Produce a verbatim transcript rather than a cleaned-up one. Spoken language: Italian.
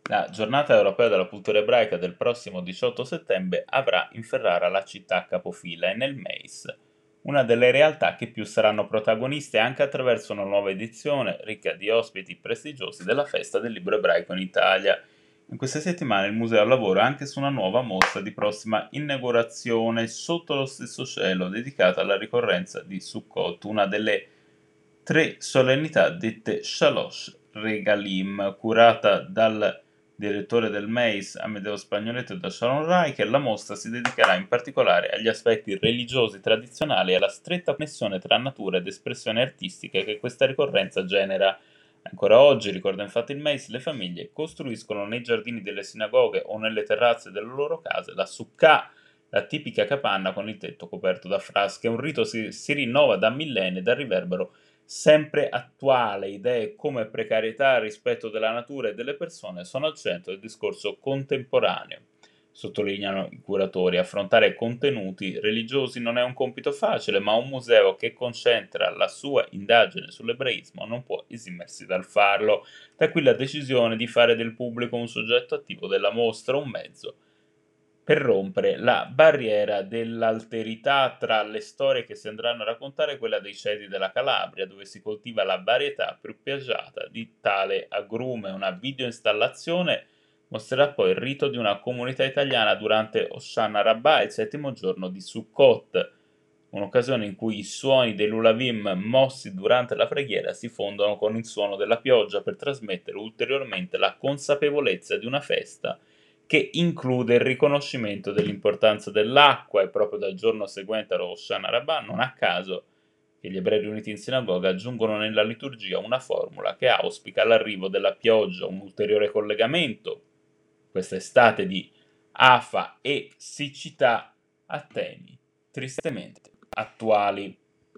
La giornata europea della cultura ebraica del prossimo diciotto settembre avrà in Ferrara la città capofila e nel M E I S, una delle realtà che più saranno protagoniste anche attraverso una nuova edizione ricca di ospiti prestigiosi della festa del libro ebraico in Italia. In queste settimane il museo lavora anche su una nuova mostra di prossima inaugurazione sotto lo stesso cielo dedicata alla ricorrenza di Sukkot, una delle tre solennità dette Shalosh Regalim, curata dal direttore del M E I S Amedeo Spagnoletto e da Sharon Reich. La mostra si dedicherà in particolare agli aspetti religiosi tradizionali e alla stretta connessione tra natura ed espressione artistica che questa ricorrenza genera. Ancora oggi, ricorda infatti il M E I S, le famiglie costruiscono nei giardini delle sinagoghe o nelle terrazze delle loro case la sukkah, la tipica capanna con il tetto coperto da frasche. Un rito si, si rinnova da millenni, dal riverbero sempre attuale. Idee come precarietà, rispetto della natura e delle persone sono al centro del discorso contemporaneo. Sottolineano i curatori, affrontare contenuti religiosi non è un compito facile, ma un museo che concentra la sua indagine sull'ebraismo non può esimersi dal farlo. Da qui la decisione di fare del pubblico un soggetto attivo della mostra, un mezzo per rompere la barriera dell'alterità tra le storie che si andranno a raccontare e quella dei ceti della Calabria, dove si coltiva la varietà più piaggiata di tale agrume. Una videoinstallazione mostrerà poi il rito di una comunità italiana durante Hoshana Rabbah, il settimo giorno di Sukkot, un'occasione in cui i suoni dei lulavim mossi durante la preghiera si fondono con il suono della pioggia per trasmettere ulteriormente la consapevolezza di una festa che include il riconoscimento dell'importanza dell'acqua. E proprio dal giorno seguente a Rosh Hashanah non a caso che gli ebrei riuniti in sinagoga aggiungono nella liturgia una formula che auspica l'arrivo della pioggia, un ulteriore collegamento quest'estate di afa e siccità a temi tristemente attuali.